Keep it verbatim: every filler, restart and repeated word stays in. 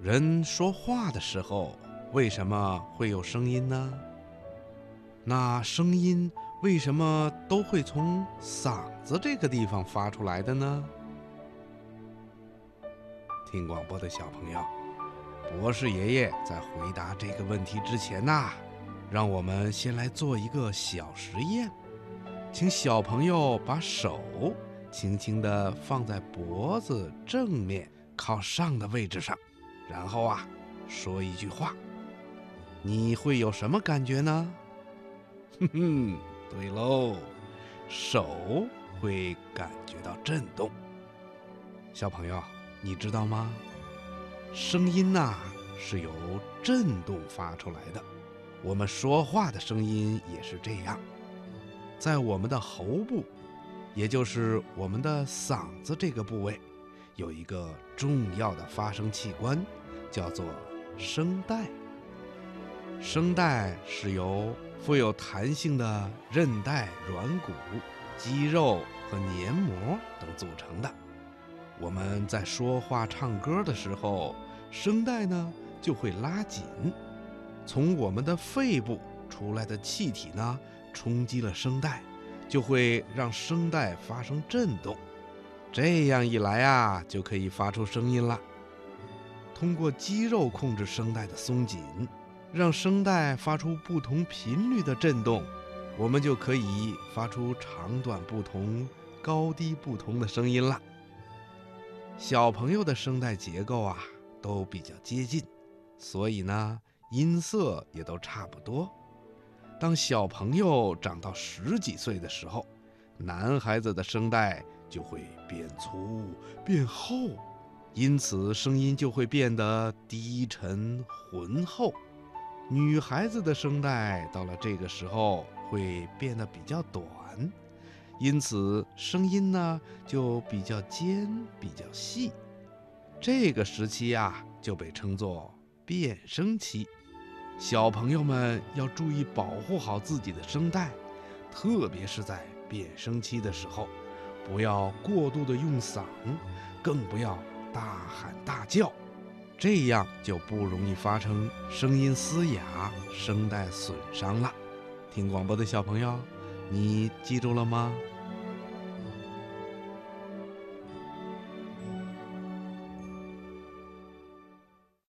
人说话的时候，为什么会有声音呢？那声音为什么都会从嗓子这个地方发出来的呢？听广播的小朋友，博士爷爷在回答这个问题之前呐，让我们先来做一个小实验，请小朋友把手轻轻地放在脖子正面靠上的位置上，然后啊，说一句话，你会有什么感觉呢？哼哼，对喽，手会感觉到震动。小朋友，你知道吗？声音呐、啊，是由震动发出来的。我们说话的声音也是这样，在我们的喉部，也就是我们的嗓子这个部位，有一个重要的发声器官，叫做声带。声带是由富有弹性的韧带、软骨、肌肉和黏膜等组成的。我们在说话、唱歌的时候，声带呢就会拉紧，从我们的肺部出来的气体呢冲击了声带，就会让声带发生震动。这样一来啊，就可以发出声音了。通过肌肉控制声带的松紧，让声带发出不同频率的震动，我们就可以发出长短不同、高低不同的声音了。小朋友的声带结构啊都比较接近，所以呢音色也都差不多。当小朋友长到十几岁的时候，男孩子的声带就会变粗变厚，因此声音就会变得低沉浑厚。女孩子的声带到了这个时候会变得比较短，因此声音呢就比较尖比较细。这个时期啊就被称作变声期。小朋友们要注意保护好自己的声带，特别是在变声期的时候，不要过度的用嗓，更不要大喊大叫，这样就不容易发生声音嘶哑、声带损伤了。听广播的小朋友，你记住了吗？